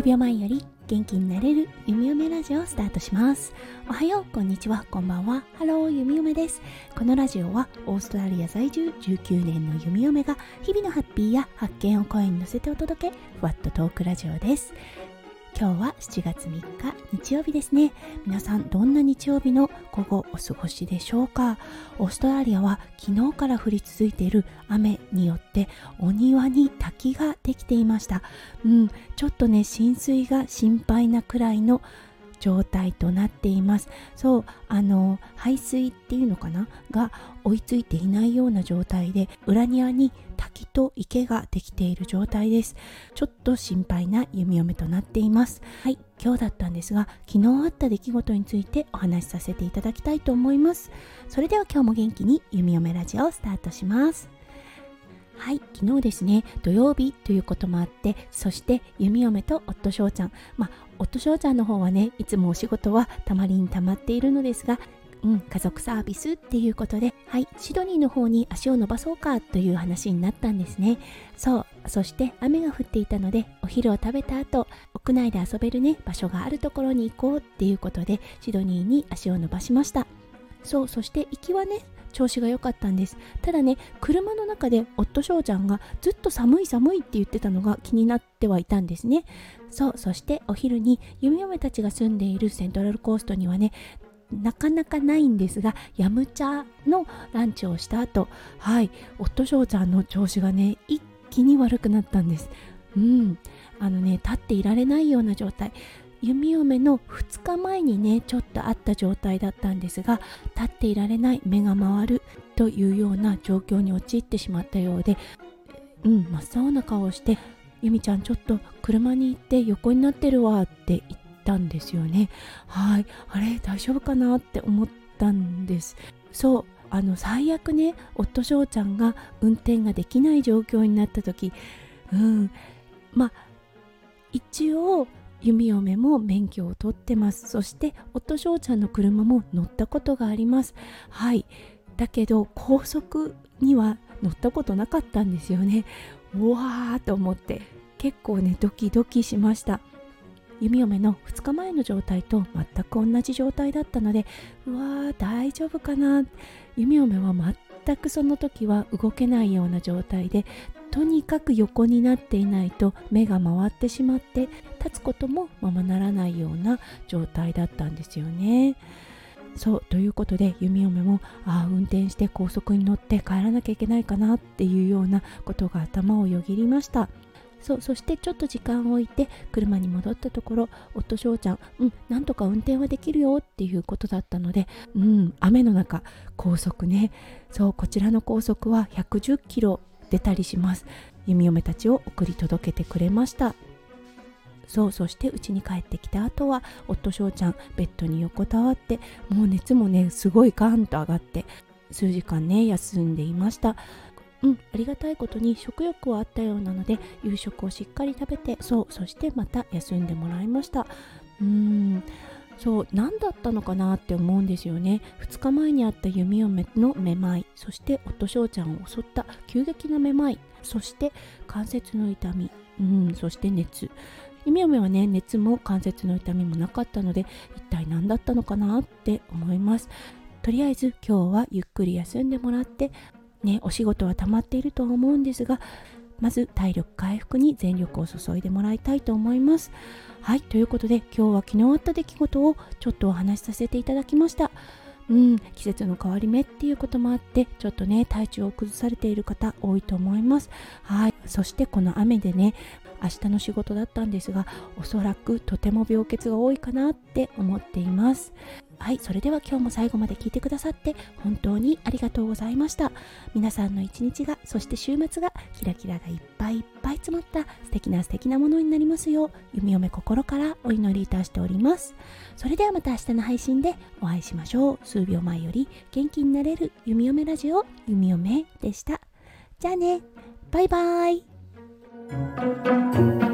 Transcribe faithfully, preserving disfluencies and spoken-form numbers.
数秒前より元気になれるゆみおめラジオをスタートします。おはよう、こんにちは、こんばんは。ハロー、ゆみおめです。このラジオはオーストラリア在住じゅうきゅうねんのゆみおめが日々のハッピーや発見を声に乗せてお届け、ふわっとトークラジオです。今日はしちがつみっか日曜日ですね。皆さんどんな日曜日の午後お過ごしでしょうか。オーストラリアは昨日から降り続いている雨によってお庭に滝ができていました。うん、ちょっとね浸水が心配なくらいの状態となっています。そう、あの排水っていうのかなが追いついていないような状態で、裏庭に滝と池ができている状態です。ちょっと心配な弓嫁となっています。はい、今日だったんですが、昨日あった出来事についてお話しさせていただきたいと思います。それでは今日も元気に弓嫁ラジオをスタートします。はい、昨日ですね、土曜日ということもあって、そして弓嫁と夫翔ちゃん、まあ夫翔ちゃんの方はね、いつもお仕事はたまりにたまっているのですが、うん、家族サービスっていうことで、はい、シドニーの方に足を伸ばそうかという話になったんですね。そう、そして雨が降っていたので、お昼を食べた後、屋内で遊べるね場所があるところに行こうっていうことで、シドニーに足を伸ばしました。そう、そして行きはね、調子が良かったんです。ただね、車の中で夫翔ちゃんがずっと寒い寒いって言ってたのが気になってはいたんですね。そう、そしてお昼に弓嫁たちが住んでいるセントラルコーストにはね、なかなかないんですが、ヤムチャのランチをした後、はい、夫翔ちゃんの調子がね一気に悪くなったんです。うん、あのね立っていられないような状態。弓嫁のふつかまえにねちょっとあった状態だったんですが、立っていられない、目が回るというような状況に陥ってしまったようで、うん真っ青な顔をして、弓ちゃんちょっと車に行って横になってるわって言ったんですよね。はい、あれ大丈夫かなって思ったんです。そう、あの最悪ね、夫翔ちゃんが運転ができない状況になった時、うんまあ一応弓嫁も免許を取ってます。そして夫翔ちゃんの車も乗ったことがあります。はい、だけど高速には乗ったことなかったんですよね。うわーと思って結構ねドキドキしました。弓嫁のふつかまえの状態と全く同じ状態だったので、うわー大丈夫かな。弓嫁は全くその時は動けないような状態で、とにかく横になっていないと目が回ってしまって、立つこともままならないような状態だったんですよね。そうということで、弓嫁もあ運転して高速に乗って帰らなきゃいけないかなっていうようなことが頭をよぎりました。そう、そしてちょっと時間を置いて車に戻ったところ、夫翔ちゃん、うん、なんとか運転はできるよっていうことだったので、うん、雨の中、高速ね、そう、こちらの高速はひゃくじゅっキロ出たりします。弓嫁たちを送り届けてくれました。そう、そして家に帰ってきた後は、夫翔ちゃん、ベッドに横たわって、もう熱もね、すごいガーンと上がって、数時間ね、休んでいました。うん、ありがたいことに食欲はあったようなので、夕食をしっかり食べて、そう、そしてまた休んでもらいました。うーん、そう、何だったのかなって思うんですよね。ふつかまえにあった弓嫁のめまい、そして夫翔ちゃんを襲った急激なめまい、そして関節の痛み、うん、そして熱。弓嫁はね、熱も関節の痛みもなかったので、一体何だったのかなって思います。とりあえず今日はゆっくり休んでもらって、ね、お仕事は溜まっているとは思うんですが、まず体力回復に全力を注いでもらいたいと思います。はい、ということで今日は昨日あった出来事をちょっとお話しさせていただきました。うん、季節の変わり目っていうこともあって、ちょっとね体調を崩されている方多いと思います。はい、そしてこの雨でね、明日の仕事だったんですが、おそらくとても病欠が多いかなって思っています。はい、それでは今日も最後まで聞いてくださって本当にありがとうございました。皆さんの一日が、そして週末がキラキラがいっぱいいっぱい詰まった素敵な素敵なものになりますよう、弓嫁心からお祈りいたしております。それではまた明日の配信でお会いしましょう。数秒前より元気になれる弓嫁ラジオ、弓嫁でした。じゃあね、バイバイ。